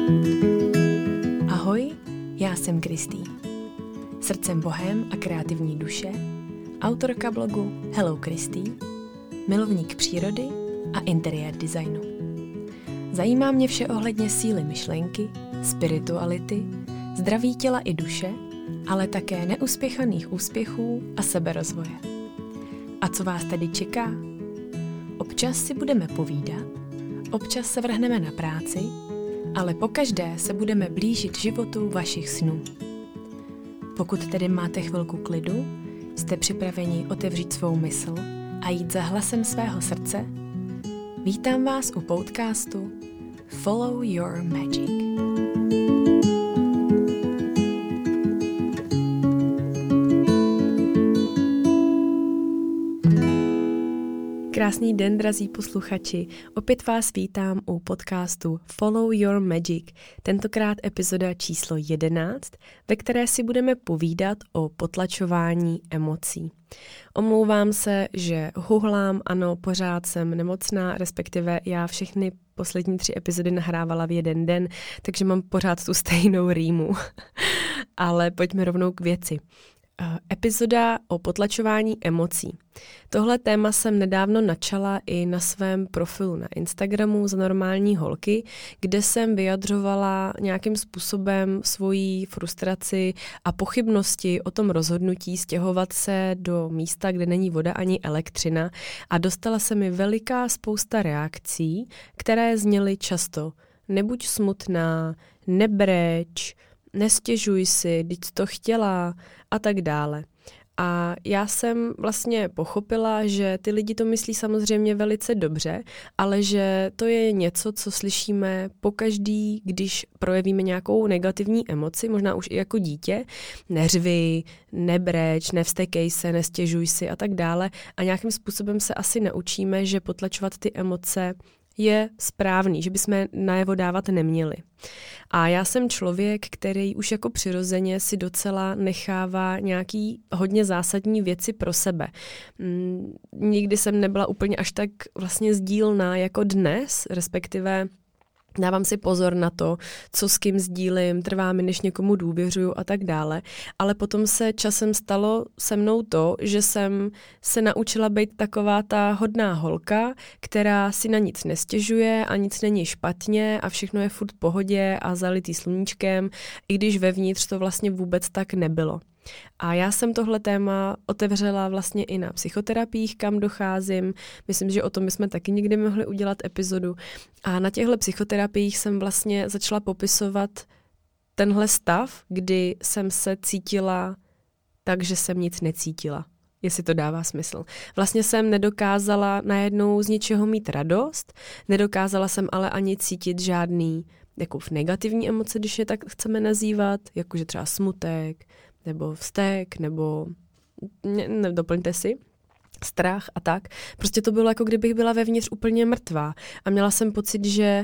Ahoj, já jsem Kristý. Srdcem bohem a kreativní duše, autorka blogu Hello Kristý, milovník přírody a interiér designu. Zajímá mě vše ohledně síly myšlenky, spirituality, zdraví těla i duše, ale také neuspěchaných úspěchů a seberozvoje. A co vás tady čeká? Občas si budeme povídat, občas se vrhneme na práci, ale pokaždé se budeme blížit životu vašich snů. Pokud tedy máte chvilku klidu, jste připraveni otevřít svou mysl a jít za hlasem svého srdce, vítám vás u podcastu Follow Your Magic. Krásný den, drazí posluchači. Opět vás vítám u podcastu Follow Your Magic, tentokrát epizoda číslo 11, ve které si budeme povídat o potlačování emocí. Omlouvám se, že huhlám, ano, pořád jsem nemocná, respektive já všechny poslední 3 epizody nahrávala v jeden den, takže mám pořád tu stejnou rýmu. Ale pojďme rovnou k věci. Epizoda o potlačování emocí. Tohle téma jsem nedávno načala i na svém profilu na Instagramu za normální holky, kde jsem vyjadřovala nějakým způsobem svoji frustraci a pochybnosti o tom rozhodnutí stěhovat se do místa, kde není voda ani elektřina, a dostala se mi veliká spousta reakcí, které zněly často: nebuď smutná, nebreč, nestěžuj si, vždyť to chtěla a tak dále. A já jsem vlastně pochopila, že ty lidi to myslí samozřejmě velice dobře, ale že to je něco, co slyšíme pokaždý, když projevíme nějakou negativní emoci, možná už i jako dítě. Neřvi, nebreč, nevstekej se, nestěžuj si a tak dále. A nějakým způsobem se asi naučíme, že potlačovat ty emoce je správný, že bychom najevo dávat neměli. A já jsem člověk, který už jako přirozeně si docela nechává nějaký hodně zásadní věci pro sebe. Nikdy jsem nebyla úplně až tak vlastně sdílná jako dnes, respektive dávám si pozor na to, co s kým sdílím, trvá mi, než někomu důvěřuju a tak dále. Ale potom se časem stalo se mnou to, že jsem se naučila být taková ta hodná holka, která si na nic nestěžuje a nic není špatně a všechno je furt v pohodě a zalitý sluníčkem, i když vevnitř to vlastně vůbec tak nebylo. A já jsem tohle téma otevřela vlastně i na psychoterapiích, kam docházím. Myslím, že o tom bychom taky někdy mohli udělat epizodu. A na těchto psychoterapiích jsem vlastně začala popisovat tenhle stav, kdy jsem se cítila tak, že jsem nic necítila. Jestli to dává smysl. Vlastně jsem nedokázala najednou z ničeho mít radost, nedokázala jsem ale ani cítit žádný jako negativní emoce, když je tak chceme nazývat, jakože třeba smutek, nebo vztek, nebo doplňte si, strach a tak. Prostě to bylo, jako kdybych byla vevnitř úplně mrtvá. A měla jsem pocit, že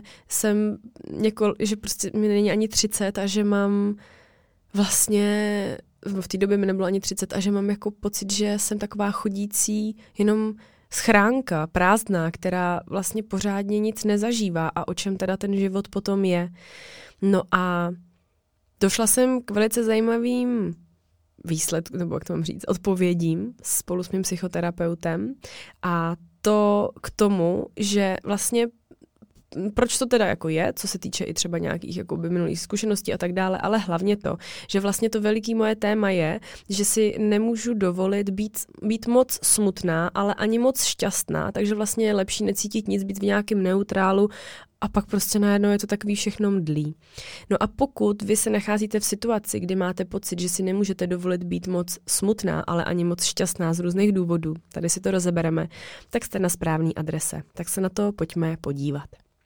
že prostě mi není ani 30 a že mám vlastně, v té době mi nebylo ani 30 a že mám jako pocit, že jsem taková chodící jenom schránka, prázdná, která vlastně pořádně nic nezažívá a o čem teda ten život potom je. No a došla jsem k velice zajímavým výsledku, nebo jak to mám říct, odpovědím spolu s mým psychoterapeutem, a to k tomu, že vlastně proč to teda jako je, co se týče i třeba nějakých jakoby minulých zkušeností a tak dále, ale hlavně to, že vlastně to veliký moje téma je, že si nemůžu dovolit být moc smutná, ale ani moc šťastná, takže vlastně je lepší necítit nic, být v nějakém neutrálu a pak prostě najednou je to takový všechno mdlý. No a pokud vy se nacházíte v situaci, kdy máte pocit, že si nemůžete dovolit být moc smutná, ale ani moc šťastná z různých důvodů, tady si to rozebereme, tak jste na správné adrese. Tak se na to pojďme podívat.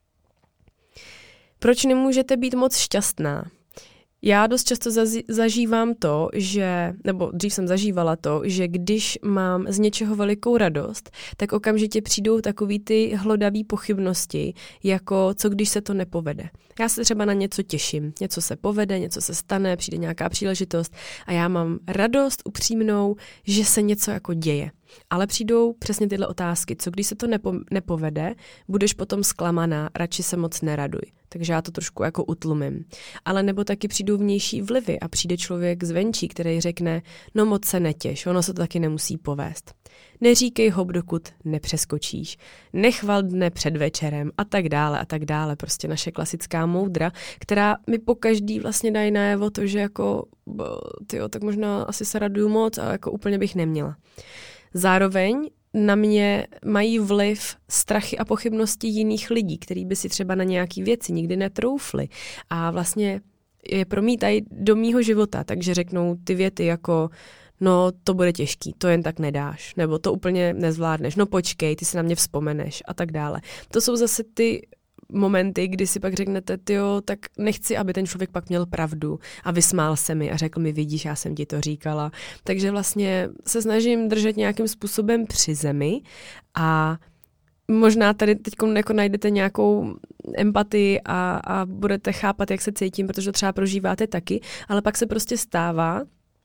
Proč nemůžete být moc šťastná? Já dost často zažívám to, nebo dřív jsem zažívala to, že když mám z něčeho velikou radost, tak okamžitě přijdou takový ty hlodavý pochybnosti, jako co když se to nepovede. Já se třeba na něco těším, něco se povede, něco se stane, přijde nějaká příležitost a já mám radost upřímnou, že se něco jako děje. Ale přijdou přesně tyhle otázky. Co když se to nepovede, budeš potom zklamaná, radši se moc neraduj. takže já to trošku jako utlumím. Ale nebo taky přijdou vnější vlivy a přijde člověk zvenčí, který řekne, no moc se netěš, ono se to taky nemusí povést. Neříkej hop, dokud nepřeskočíš. Nechval dne před večerem a tak dále a tak dále. Prostě naše klasická moudra, která mi pokaždý vlastně dají najevo to, že jako, tyjo, tak možná asi se raduju moc a jako úplně bych neměla. Zároveň na mě mají vliv strachy a pochybnosti jiných lidí, který by si třeba na nějaký věci nikdy netroufli a vlastně je promítají do mýho života, takže řeknou ty věty jako no to bude těžký, to jen tak nedáš, nebo to úplně nezvládneš, no počkej, ty si na mě vzpomeneš a tak dále. To jsou zase ty momenty, kdy si pak řeknete, tyjo, tak nechci, aby ten člověk pak měl pravdu a vysmál se mi a řekl mi, vidíš, já jsem ti to říkala. Takže vlastně se snažím držet nějakým způsobem při zemi a možná tady teď jako najdete nějakou empatii a budete chápat, jak se cítím, protože to třeba prožíváte taky, ale pak se prostě stává,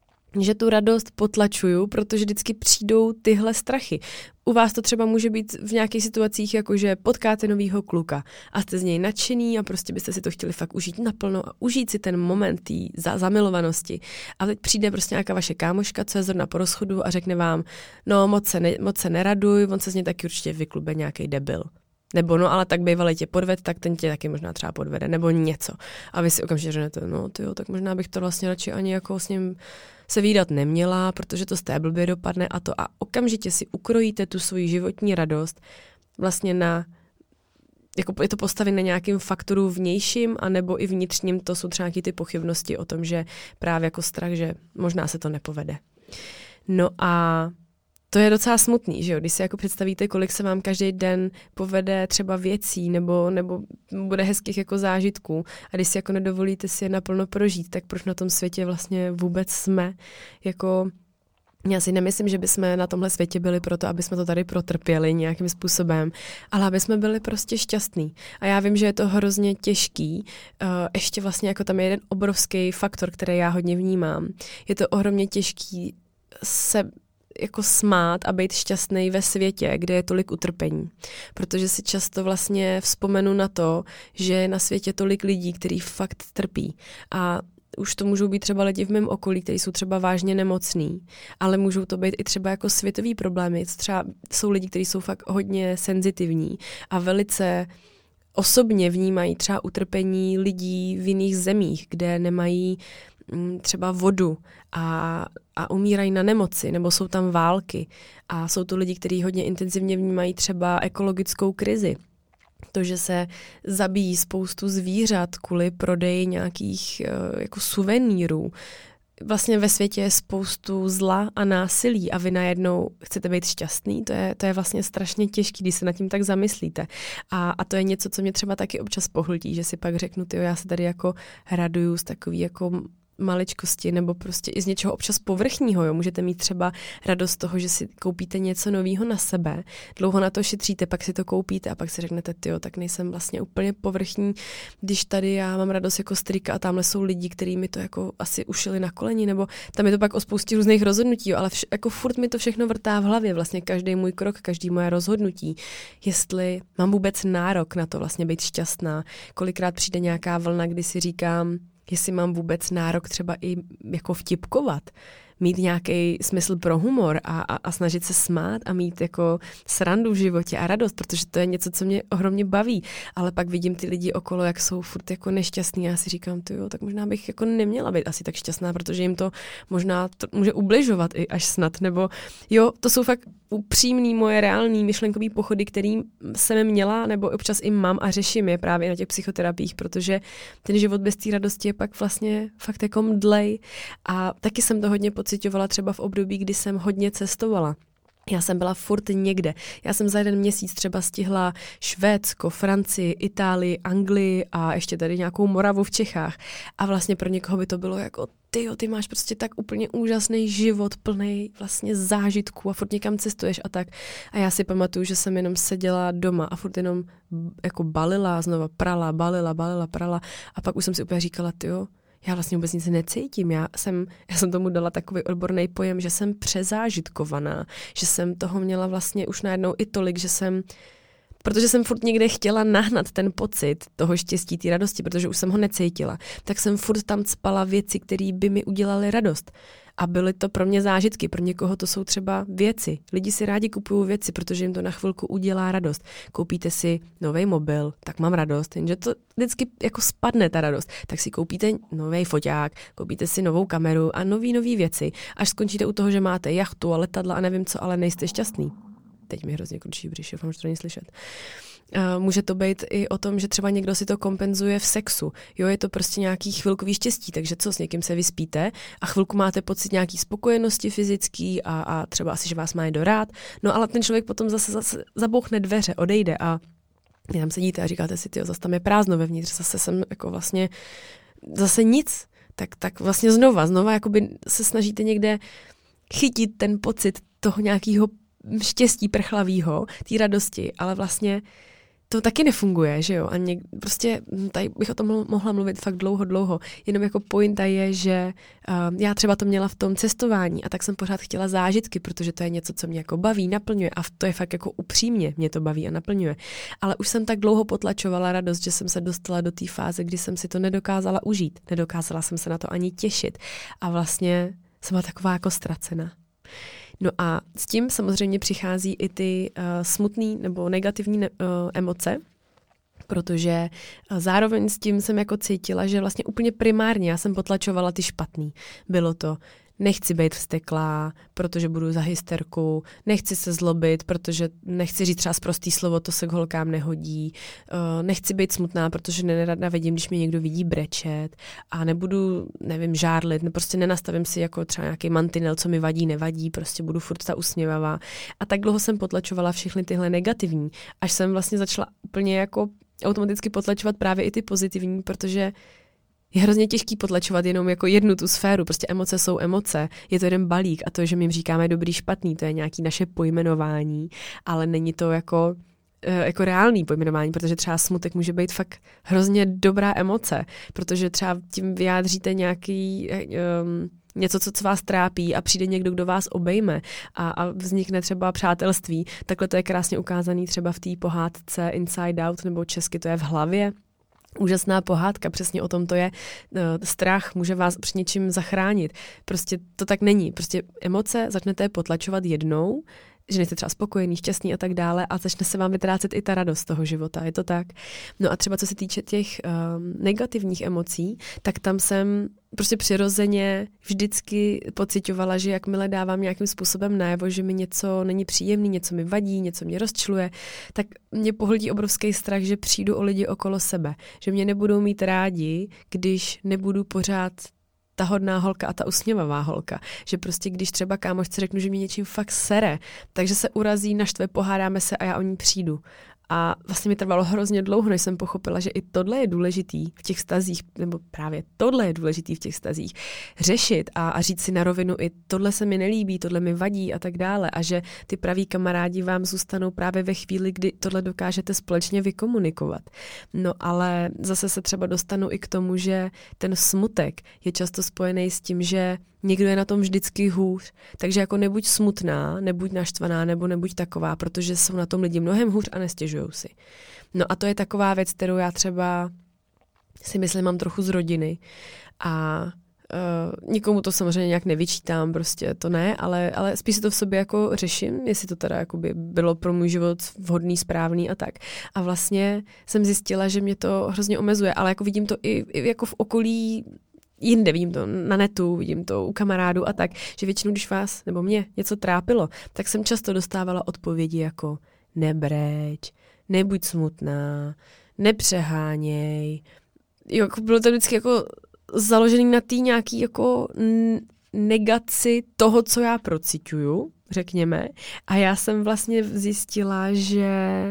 že tu radost potlačuju, protože vždycky přijdou tyhle strachy. U vás to třeba může být v nějakých situacích, jako že potkáte novýho kluka a jste z něj nadšený a prostě byste si to chtěli fakt užít naplno a užít si ten moment té zamilovanosti. A teď přijde prostě nějaká vaše kámoška, co je zrovna po rozchodu a řekne vám, no moc se neraduj, on se z něj taky určitě vyklube nějaký debil. Nebo no, ale tak bývalý tě podved, tak ten tě taky možná třeba podvede, nebo něco. A vy si okamžitě řeknete, no tyjo, tak možná bych to vlastně radši ani jako s ním se vídat neměla, protože to z té blbě dopadne a to. A okamžitě si ukrojíte tu svoji životní radost vlastně na, jako je to postavit na nějakým faktoru vnějším, anebo i vnitřním, to jsou třeba nějaké ty pochybnosti o tom, že právě jako strach, že možná se to nepovede. No a to je docela smutný, že jo? Když si jako představíte, kolik se vám každý den povede třeba věcí nebo bude hezkých jako zážitků a když si jako nedovolíte si je naplno prožít, tak proč na tom světě vlastně vůbec jsme? Jako, já si nemyslím, že bychom na tomhle světě byli proto, aby jsme to tady protrpěli nějakým způsobem, ale aby jsme byli prostě šťastní. A já vím, že je to hrozně těžký. Ještě vlastně jako tam je jeden obrovský faktor, který já hodně vnímám. Je to ohromně těžký se jako smát a být šťastný ve světě, kde je tolik utrpení. Protože si často vlastně vzpomenu na to, že je na světě tolik lidí, kteří fakt trpí. A už to můžou být třeba lidi v mém okolí, kteří jsou třeba vážně nemocní, ale můžou to být i třeba jako světový problémy. Třeba jsou lidi, kteří jsou fakt hodně senzitivní a velice osobně vnímají třeba utrpení lidí v jiných zemích, kde nemají třeba vodu a umírají na nemoci, nebo jsou tam války. A jsou to lidi, kteří hodně intenzivně vnímají třeba ekologickou krizi. To, že se zabíjí spoustu zvířat kvůli prodeji nějakých jako suvenýrů. Vlastně ve světě je spoustu zla a násilí a vy najednou chcete být šťastný, to je vlastně strašně těžký, když se nad tím tak zamyslíte. A to je něco, co mě třeba taky občas pohltí, že si pak řeknu, tyjo, já se tady jako raduju z takový jako maličkosti nebo prostě i z něčeho občas povrchního. Jo. Můžete mít třeba radost z toho, že si koupíte něco nového na sebe, dlouho na to šetříte, pak si to koupíte a pak si řeknete, tyjo, tak nejsem vlastně úplně povrchní, když tady já mám radost jako strýka a tamhle jsou lidi, kteří mi to jako asi ušili na koleni, nebo tam je to pak o spoustě různých rozhodnutí, jo, ale jako furt mi to všechno vrtá v hlavě, vlastně každý můj krok, každý moje rozhodnutí, jestli mám vůbec nárok na to vlastně být šťastná, kolikrát přijde nějaká vlna, kdy si říkám, jestli mám vůbec nárok třeba i jako vtipkovat, mít nějaký smysl pro humor a snažit se smát a mít jako srandu v životě a radost, protože to je něco, co mě ohromně baví. Ale pak vidím ty lidi okolo, jak jsou furt jako nešťastní a já si říkám, tyjo, tak možná bych jako neměla být asi tak šťastná, protože jim to možná může ubližovat i až snad, nebo jo, to jsou fakt upřímný moje reální myšlenkový pochody, který jsem měla, nebo občas i mám a řeším je právě na těch psychoterapiích, protože ten život bez té radosti je pak vlastně fakt jako mdlej a taky jsem to hodně pocitovala třeba v období, kdy jsem hodně cestovala. Já jsem byla furt někde. Já jsem za jeden měsíc třeba stihla Švédsko, Francii, Itálii, Anglii a ještě tady nějakou Moravu v Čechách. A vlastně pro někoho by to bylo jako tyjo, ty máš prostě tak úplně úžasný život, plný vlastně zážitků a furt někam cestuješ a tak. A já si pamatuju, že jsem jenom seděla doma a furt jenom jako balila, znova prala, balila, prala a pak už jsem si úplně říkala, tyjo, já vlastně vůbec nic necítím. Já jsem tomu dala takový odborný pojem, že jsem přezážitkovaná, že jsem toho měla vlastně už najednou i tolik, že jsem protože jsem furt někde chtěla nahnat ten pocit toho štěstí, té radosti, protože už jsem ho necítila, tak jsem furt tam cpala věci, které by mi udělaly radost. A byly to pro mě zážitky, pro někoho to jsou třeba věci. Lidi si rádi kupují věci, protože jim to na chvilku udělá radost. Koupíte si nový mobil, tak mám radost, jenže to vždycky jako spadne ta radost. Tak si koupíte nový foťák, koupíte si novou kameru a nový věci, až skončíte u toho, že máte jachtu a letadla a nevím co, ale nejste šťastný. Teď mi hrozně kručí břiše, doufám, že to není slyšet. Může to být i o tom, že třeba někdo si to kompenzuje v sexu. Jo, je to prostě nějaký chvilkový štěstí, takže co, s někým se vyspíte a chvilku máte pocit nějaký spokojenosti fyzický a třeba asi, že vás má někdo rád, no ale ten člověk potom zase zabouchne dveře, odejde a tam sedíte a říkáte si, tyjo, zase tam je prázdno vevnitř, zase jsem jako vlastně, zase nic, tak vlastně znova jakoby se snažíte někde chytit ten pocit toho nějakého štěstí prchlavýho, té radosti, ale vlastně to taky nefunguje, že jo? A prostě tady bych o tom mohla mluvit fakt dlouho. Jenom jako pointa je, že já třeba to měla v tom cestování a tak jsem pořád chtěla zážitky, protože to je něco, co mě jako baví, naplňuje a to je fakt jako upřímně mě to baví a naplňuje. Ale už jsem tak dlouho potlačovala radost, že jsem se dostala do té fáze, kdy jsem si to nedokázala užít. Nedokázala jsem se na to ani těšit a vlastně jsem byla taková jako ztracena. No a s tím samozřejmě přichází i ty smutný nebo negativní emoce, protože zároveň s tím jsem jako cítila, že vlastně úplně primárně já jsem potlačovala ty špatný. Bylo to, nechci být vzteklá, protože budu za hysterku, nechci se zlobit, protože nechci říct třeba sprostý slovo, to se k holkám nehodí, nechci být smutná, protože nerada vidím, když mě někdo vidí brečet a nebudu, nevím, žárlit, prostě nenastavím si jako třeba nějaký mantinel, co mi vadí, nevadí, prostě budu furt ta usměvavá. A tak dlouho jsem potlačovala všechny tyhle negativní, až jsem vlastně začala úplně jako automaticky potlačovat právě i ty pozitivní, protože je hrozně těžký potlačovat jenom jako jednu tu sféru. Prostě emoce jsou emoce. Je to jeden balík a to, že my jim říkáme dobrý, špatný, to je nějaký naše pojmenování, ale není to jako reálný pojmenování, protože třeba smutek může být fakt hrozně dobrá emoce, protože třeba tím vyjádříte nějaký něco, co vás trápí a přijde někdo, kdo vás obejme a vznikne třeba přátelství. Takhle to je krásně ukázaný třeba v té pohádce Inside Out, nebo česky to je V hlavě. Úžasná pohádka, přesně o tom to je. Strach může vás při něčím zachránit. Prostě to tak není. Prostě emoce začnete potlačovat jednou, že nejste třeba spokojený, šťastný a tak dále a začne se vám vytrácet i ta radost toho života. Je to tak? No a třeba co se týče těch negativních emocí, tak tam jsem prostě přirozeně vždycky pociťovala, že jakmile dávám nějakým způsobem najevo, že mi něco není příjemný, něco mi vadí, něco mě rozčiluje, tak mě pohltí obrovský strach, že přijdu o lidi okolo sebe. Že mě nebudou mít rádi, když nebudu pořád ta hodná holka a ta usměvavá holka. Že prostě když třeba kámošce řeknu, že mě něčím fakt sere, takže se urazí, naštve, pohádáme se a já o ní přijdu. A vlastně mi trvalo hrozně dlouho, než jsem pochopila, že i tohle je důležitý v těch vztazích, nebo právě tohle je důležitý v těch vztazích, řešit a říct si na rovinu i tohle se mi nelíbí, tohle mi vadí a tak dále. A že ty praví kamarádi vám zůstanou právě ve chvíli, kdy tohle dokážete společně vykomunikovat. No ale zase se třeba dostanu i k tomu, že ten smutek je často spojený s tím, že někdo je na tom vždycky hůř, takže jako nebuď smutná, nebuď naštvaná, nebo nebuď taková, protože jsou na tom lidi mnohem hůř a nestěžujou si. No a to je taková věc, kterou já třeba si myslím mám trochu z rodiny a nikomu to samozřejmě nějak nevyčítám, prostě to ne, ale spíš si to v sobě jako řeším, jestli to teda jakoby bylo pro můj život vhodný, správný a tak. A vlastně jsem zjistila, že mě to hrozně omezuje, ale jako vidím to i jako v okolí jinde, vidím to na netu, vidím to u kamarádů a tak, že většinou, když vás nebo mě něco trápilo, tak jsem často dostávala odpovědi jako nebreč, nebuď smutná, nepřeháněj. Jo, jako bylo to vždycky jako založený na té nějaký jako negaci toho, co já procituju, řekněme. A já jsem vlastně zjistila, že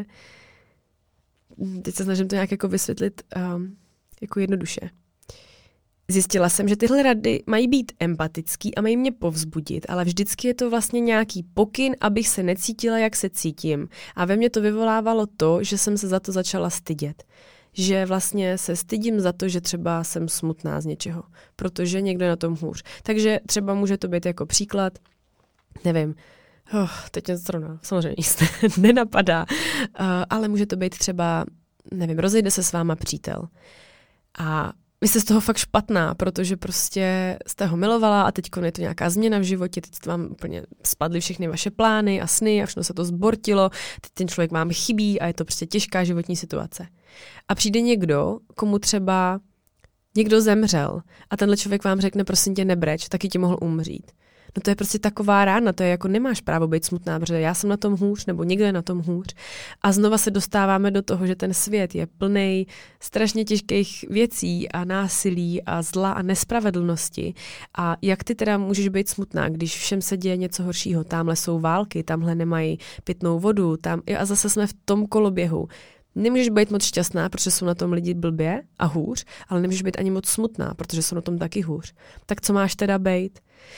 teď se snažím to nějak jako vysvětlit jako jednoduše. Zjistila jsem, že tyhle rady mají být empatický a mají mě povzbudit, ale vždycky je to vlastně nějaký pokyn, abych se necítila, jak se cítím. A ve mně to vyvolávalo to, že jsem se za to začala stydět. Že vlastně se stydím za to, že třeba jsem smutná z něčeho, protože někdo je na tom hůř. Takže třeba může to být jako příklad, nevím, Teď mě to zrovna samozřejmě nic nenapadá, ale může to být třeba, nevím, rozejde se s váma přítel a vy jste z toho fakt špatná, protože prostě jste ho milovala a teď je to nějaká změna v životě, teď vám úplně spadly všechny vaše plány a sny a všechno se to zbortilo, teď ten člověk vám chybí a je to prostě těžká životní situace. A přijde někdo, komu třeba někdo zemřel a tenhle člověk vám řekne, prosím tě, nebreč, taky ti mohl umřít. No to je prostě taková rána, to je jako nemáš právo být smutná, protože já jsem na tom hůř, nebo někdo je na tom hůř. A znova se dostáváme do toho, že ten svět je plnej strašně těžkých věcí a násilí a zla a nespravedlnosti. A jak ty teda můžeš být smutná, když všem se děje něco horšího? Tamhle jsou války, tamhle nemají pitnou vodu, a zase jsme v tom koloběhu. Nemůžeš být moc šťastná, protože jsou na tom lidi blbě a hůř, ale nemůžeš být ani moc smutná, protože jsou na tom taky hůř. Tak co máš teda být?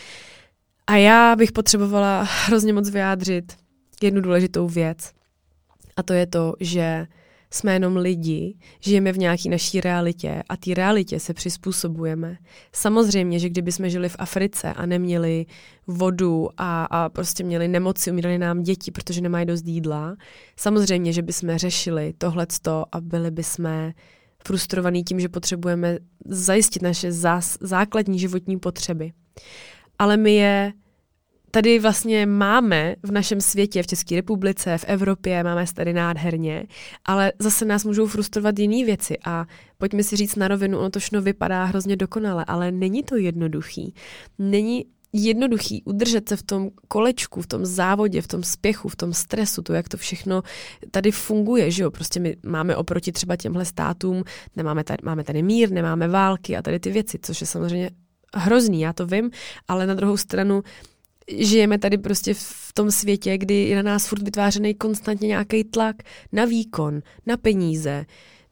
A já bych potřebovala hrozně moc vyjádřit jednu důležitou věc. A to je to, že jsme jenom lidi, žijeme v nějaké naší realitě a té realitě se přizpůsobujeme. Samozřejmě, že kdyby jsme žili v Africe a neměli vodu a prostě měli nemoci, umírali nám děti, protože nemají dost jídla, samozřejmě, že bychom řešili tohleto a byli bychom frustrovaní tím, že potřebujeme zajistit naše základní životní potřeby. Ale my je tady vlastně máme v našem světě, v České republice, v Evropě, máme se tady nádherně, ale zase nás můžou frustrovat jiné věci a pojďme si říct na rovinu, ono to všechno vypadá hrozně dokonale, ale není to jednoduchý. Není jednoduchý udržet se v tom kolečku, v tom závodě, v tom spěchu, v tom stresu, to, jak to všechno tady funguje, že jo, prostě my máme oproti třeba těmhle státům, máme tady mír, nemáme války a tady ty věci, což je samozřejmě hrozný, já to vím, ale na druhou stranu žijeme tady prostě v tom světě, kdy je na nás furt vytvářený konstantně nějaký tlak na výkon, na peníze,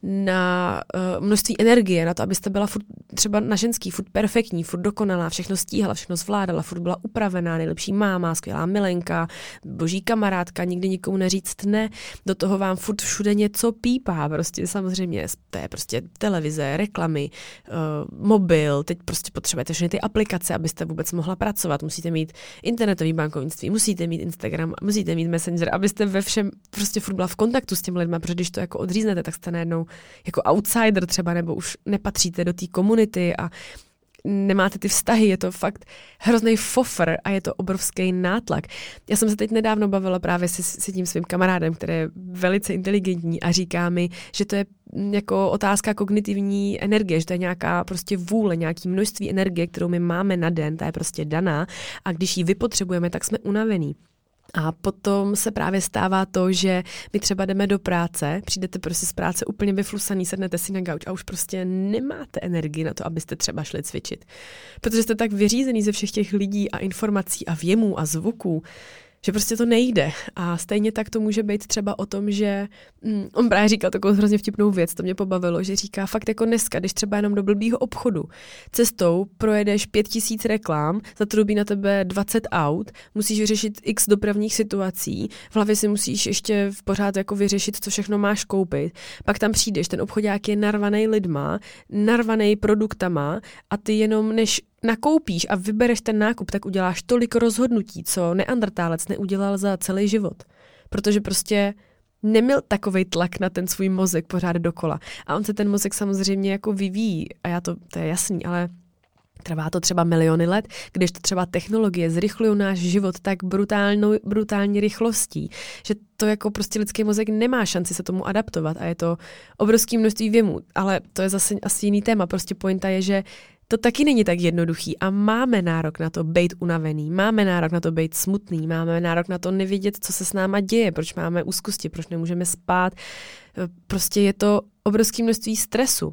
na množství energie, na to, abyste byla furt, třeba na ženský, furt perfektní, furt dokonalá, všechno stíhala, všechno zvládala, furt byla upravená, nejlepší máma, skvělá milenka, boží kamarádka, nikdy nikomu neříct ne, do toho vám furt všude něco pípá, prostě samozřejmě, to je prostě televize, reklamy, mobil, teď prostě potřebujete všechny ty aplikace, abyste vůbec mohla pracovat, musíte mít internetový bankovnictví, musíte mít Instagram, musíte mít Messenger, abyste ve všem prostě furt byla v kontaktu s těmi lidmi, protože když to jako odříznete, tak jste najednou jako outsider třeba, nebo už nepatříte do té komunity a nemáte ty vztahy, je to fakt hrozný fofr a je to obrovský nátlak. Já jsem se teď nedávno bavila právě s tím svým kamarádem, který je velice inteligentní a říká mi, že to je jako otázka kognitivní energie, že to je nějaká prostě vůle, nějaký množství energie, kterou my máme na den, ta je prostě daná a když ji vypotřebujeme, tak jsme unavení. A potom se právě stává to, že my třeba jdeme do práce, přijdete prostě z práce úplně vyflusaný, sednete si na gauč a už prostě nemáte energii na to, abyste třeba šli cvičit. Protože jste tak vyřízený ze všech těch lidí a informací a věmů a zvuků, že prostě to nejde. A stejně tak to může být třeba o tom, že on právě říkal takovou hrozně vtipnou věc, to mě pobavilo, že říká fakt jako dneska, když třeba jenom do blbýho obchodu cestou projedeš 5000 reklám, zatrubí na tebe 20 aut, musíš vyřešit x dopravních situací, v hlavě si musíš ještě v pořád jako vyřešit, co všechno máš koupit, pak tam přijdeš, ten obchodák je narvaný lidma, narvaný produktama a ty jenom než nakoupíš a vybereš ten nákup, tak uděláš tolik rozhodnutí, co neandertálec neudělal za celý život. Protože prostě neměl takovej tlak na ten svůj mozek pořád dokola. A on se ten mozek samozřejmě jako vyvíjí, a to je jasný, ale trvá to třeba miliony let, když to třeba technologie zrychlují náš život tak brutální rychlostí, že to jako prostě lidský mozek nemá šanci se tomu adaptovat a je to obrovské množství věmů. Ale to je zase asi jiný téma. Prostě pointa je, že to taky není tak jednoduchý a máme nárok na to být unavený, máme nárok na to být smutný, máme nárok na to nevědět, co se s náma děje, proč máme úzkosti, proč nemůžeme spát. Prostě je to obrovské množství stresu.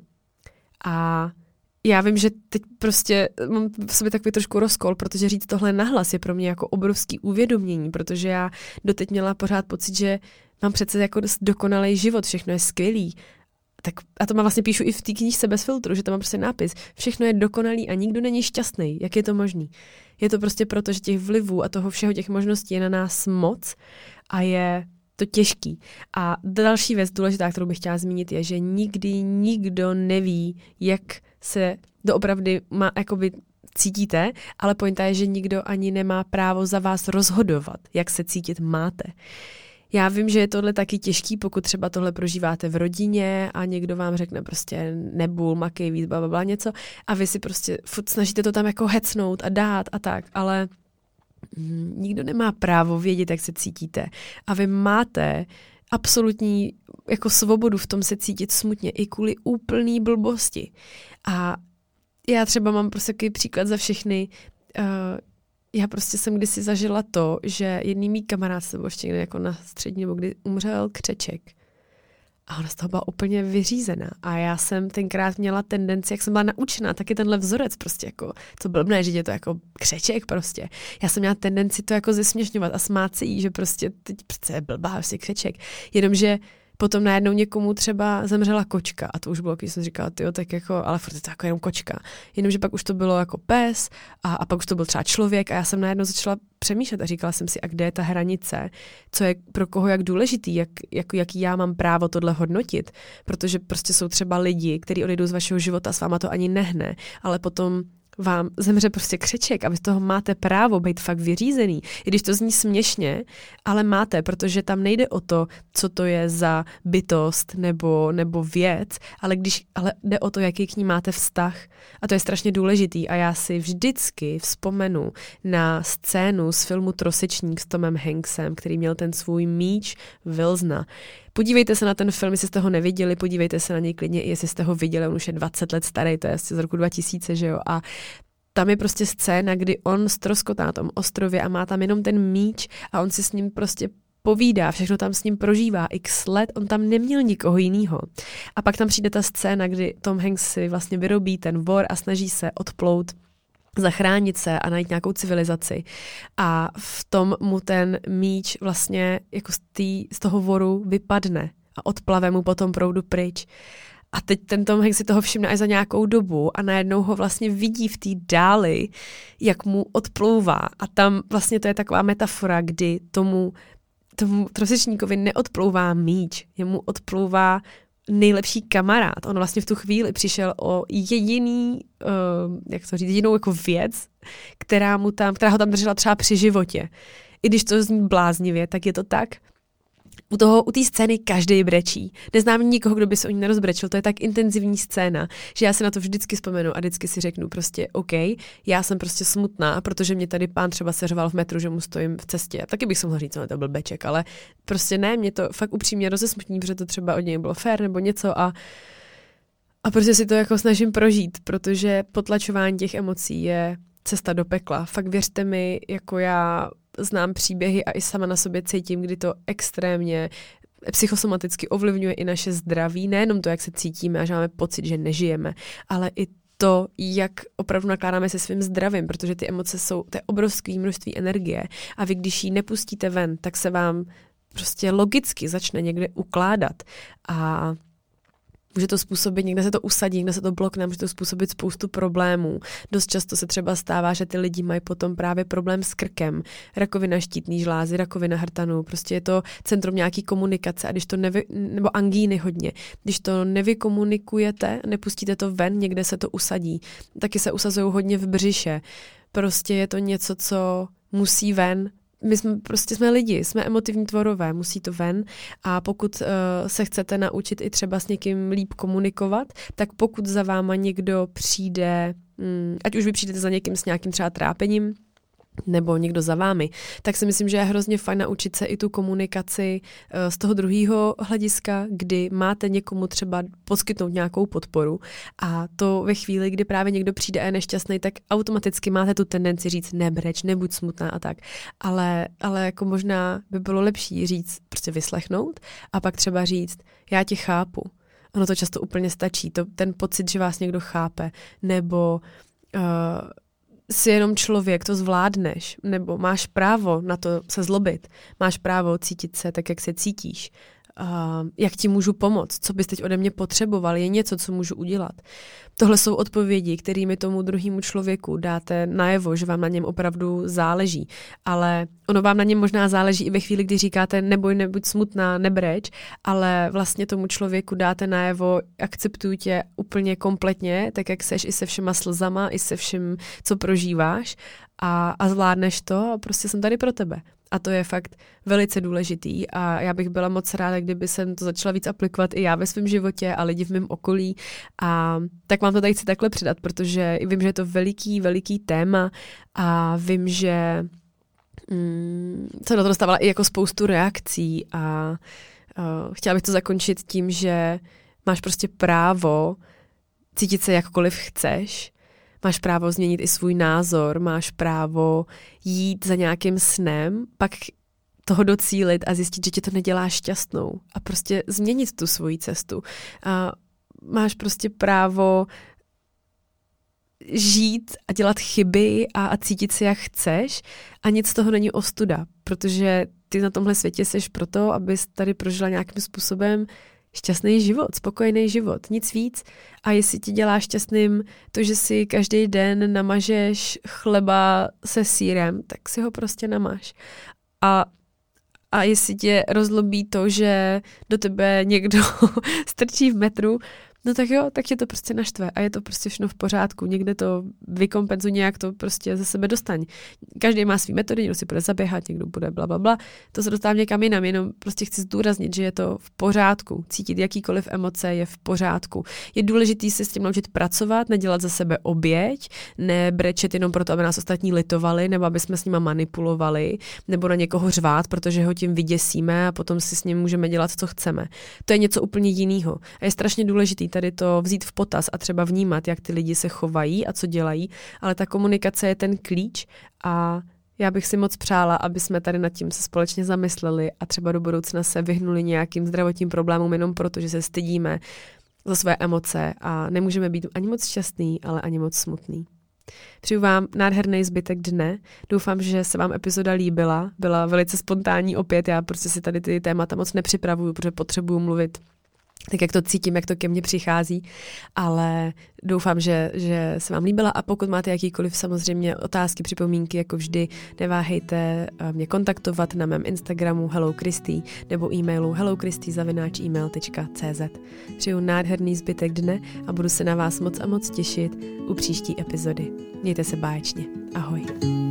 A já vím, že teď prostě mám v sobě takový trošku rozkol, protože říct tohle nahlas je pro mě jako obrovský uvědomění, protože já doteď měla pořád pocit, že mám přece jako dokonalý život, všechno je skvělý. Tak, a to mám vlastně píšu i v té knížce Bez filtru, že tam mám prostě nápis. Všechno je dokonalý a nikdo není šťastný. Jak je to možný? Je to prostě proto, že těch vlivů a toho všeho těch možností je na nás moc a je to těžký. A další věc důležitá, kterou bych chtěla zmínit, je, že nikdy nikdo neví, jak se doopravdy má jakoby cítíte, ale pointa je, že nikdo ani nemá právo za vás rozhodovat, jak se cítit máte. Já vím, že je tohle taky těžký, pokud třeba tohle prožíváte v rodině a někdo vám řekne prostě nebul, makej víc, blablabla něco a vy si prostě furt snažíte to tam jako hecnout a dát a tak, ale nikdo nemá právo vědět, jak se cítíte. A vy máte absolutní jako svobodu v tom se cítit smutně i kvůli úplný blbosti. A já třeba mám prostě takový příklad za všechny. Já prostě jsem kdysi zažila to, že jedný mý kamarád, nebo ještě někde jako na střední, nebo kdy umřel křeček. A ona z toho byla úplně vyřízená. A já jsem tenkrát měla tendenci, jak jsem byla naučená, taky tenhle vzorec prostě jako, co blbné, že je to jako křeček prostě. Já jsem měla tendenci to jako zesměšňovat a smát se jí, že prostě teď přece je blbá, prostě křeček. Jenomže potom najednou někomu třeba zemřela kočka a to už bylo, když jsem říkala, tyjo, tak jako, ale furt je to jako jenom kočka. Jenomže pak už to bylo jako pes a pak už to byl třeba člověk a já jsem najednou začala přemýšlet a říkala jsem si, a kde je ta hranice, co je pro koho jak důležitý, jaký já mám právo tohle hodnotit, protože prostě jsou třeba lidi, kteří odejdou z vašeho života a s váma to ani nehne, ale potom vám zemře prostě křeček a vy z toho máte právo být fakt vyřízený. I když to zní směšně, ale máte, protože tam nejde o to, co to je za bytost nebo věc, ale jde o to, jaký k ní máte vztah. A to je strašně důležitý. A já si vždycky vzpomenu na scénu z filmu Trosečník s Tomem Hanksem, který měl ten svůj míč Wilsona. Podívejte se na ten film, jestli jste ho neviděli, podívejte se na něj klidně, i jestli jste ho viděli, on už je 20 let starý, to je z roku 2000, že jo, a tam je prostě scéna, kdy on ztroskotá na tom ostrově a má tam jenom ten míč a on si s ním prostě povídá, všechno tam s ním prožívá x let, on tam neměl nikoho jinýho. A pak tam přijde ta scéna, kdy Tom Hanks si vlastně vyrobí ten vor a snaží se odplout, zachránit se a najít nějakou civilizaci. A v tom mu ten míč vlastně jako z toho voru vypadne a odplave mu potom proudu pryč. A teď ten Tom Hanks si toho všimne až za nějakou dobu a najednou ho vlastně vidí v té dáli, jak mu odplouvá. A tam vlastně to je taková metafora, kdy tomu trosečníkovi neodplouvá míč, jemu odplouvá nejlepší kamarád. On vlastně v tu chvíli přišel o jedinou jako věc, která ho tam držela třeba při životě. I když to zní bláznivě, tak je to tak. U té scény každý brečí. Neznám nikoho, kdo by se o ní nerozbrečil. To je tak intenzivní scéna, že já si na to vždycky vzpomenu a vždycky si řeknu prostě OK, já jsem prostě smutná, protože mě tady pán třeba seřval v metru, že mu stojím v cestě. Taky bych se mohla říct, že to byl blbeček, ale prostě ne, mě to fakt upřímně rozesmutní, protože to třeba od něj bylo fér nebo něco a prostě si to jako snažím prožít, protože potlačování těch emocí je cesta do pekla. Fakt věřte mi, jako já znám příběhy a i sama na sobě cítím, kdy to extrémně psychosomaticky ovlivňuje i naše zdraví. Nejenom to, jak se cítíme a že máme pocit, že nežijeme, ale i to, jak opravdu nakládáme se svým zdravím, protože ty emoce to je obrovské množství energie a vy, když ji nepustíte ven, tak se vám prostě logicky začne někde ukládat a může to způsobit, někde se to usadí, někde se to blokne, může to způsobit spoustu problémů. Dost často se třeba stává, že ty lidi mají potom právě problém s krkem, rakovina štítné žlázy, rakovina hrtanu, prostě je to centrum nějaký komunikace a když to nebo angíny hodně. Když to nevykomunikujete, nepustíte to ven, někde se to usadí. Taky se usazují hodně v břiše. Prostě je to něco, co musí ven. My jsme lidi, jsme emotivní tvorové, musí to ven a pokud se chcete naučit i třeba s někým líp komunikovat, tak pokud za váma někdo přijde, ať už vy přijdete za někým s nějakým třeba trápením, nebo někdo za vámi, tak si myslím, že je hrozně fajn naučit se i tu komunikaci z toho druhého hlediska, kdy máte někomu třeba poskytnout nějakou podporu a to ve chvíli, kdy právě někdo přijde a je nešťastný, tak automaticky máte tu tendenci říct nebreč, nebuď smutná a tak, ale jako možná by bylo lepší říct, prostě vyslechnout a pak třeba říct, já tě chápu. Ono to často úplně stačí, ten pocit, že vás někdo chápe, nebo jsi jenom člověk, to zvládneš, nebo máš právo na to se zlobit, máš právo cítit se tak, jak se cítíš. jak ti můžu pomoct, co bys teď ode mě potřeboval, je něco, co můžu udělat. Tohle jsou odpovědi, kterými tomu druhému člověku dáte najevo, že vám na něm opravdu záleží. Ale ono vám na něm možná záleží i ve chvíli, kdy říkáte neboj, nebuď smutná, nebreč, ale vlastně tomu člověku dáte najevo, akceptuju tě úplně kompletně, tak jak seš, i se všema slzama, i se vším, co prožíváš a zvládneš to a prostě jsem tady pro tebe. A to je fakt velice důležitý a já bych byla moc ráda, kdyby jsem to začala víc aplikovat i já ve svém životě a lidi v mém okolí. A tak vám to tady chci takhle předat, protože vím, že je to veliký téma a vím, že jsem na to dostávala i jako spoustu reakcí a chtěla bych to zakončit tím, že máš prostě právo cítit se jakkoliv chceš, máš právo změnit i svůj názor, máš právo jít za nějakým snem, pak toho docílit a zjistit, že tě to nedělá šťastnou a prostě změnit tu svoji cestu. A máš prostě právo žít a dělat chyby a cítit se, jak chceš a nic z toho není ostuda, protože ty na tomhle světě seš proto, abys tady prožila nějakým způsobem šťastný život, spokojený život, nic víc. A jestli ti dělá šťastným to, že si každý den namažeš chleba se sýrem, tak si ho prostě namaž. A jestli tě rozlobí to, že do tebe někdo strčí v metru, no tak jo, tak tě to prostě naštve a je to prostě všechno v pořádku. Někde to vykompenzuj, nějak to prostě ze sebe dostaň. Každý má svý metody, někdo si bude zaběhat, někdo bude blablabla. To se dostávám někam jinam, jenom prostě chci zdůraznit, že je to v pořádku. Cítit jakýkoliv emoce je v pořádku. Je důležitý se s tím naučit pracovat, nedělat za sebe oběť, nebrečet jenom proto, aby nás ostatní litovali, nebo aby jsme s nima manipulovali, nebo na někoho řvát, protože ho tím vyděsíme a potom si s ním můžeme dělat, co chceme. To je něco úplně jiného. A je strašně důležitý tady to vzít v potaz a třeba vnímat, jak ty lidi se chovají a co dělají, ale ta komunikace je ten klíč a já bych si moc přála, aby jsme tady nad tím se společně zamysleli a třeba do budoucna se vyhnuli nějakým zdravotním problémům jenom proto, že se stydíme za své emoce a nemůžeme být ani moc šťastný, ale ani moc smutný. Přeju vám nádherný zbytek dne. Doufám, že se vám epizoda líbila. Byla velice spontánní opět. Já prostě si tady ty témata moc nepřipravuju, protože potřebuju mluvit tak, jak to cítím, jak to ke mně přichází, ale doufám, že se vám líbila a pokud máte jakýkoliv samozřejmě otázky, připomínky, jako vždy, neváhejte mě kontaktovat na mém Instagramu HelloKristý nebo e-mailu hellokristy@email.cz. Přeju nádherný zbytek dne a budu se na vás moc a moc těšit u příští epizody. Mějte se báječně. Ahoj.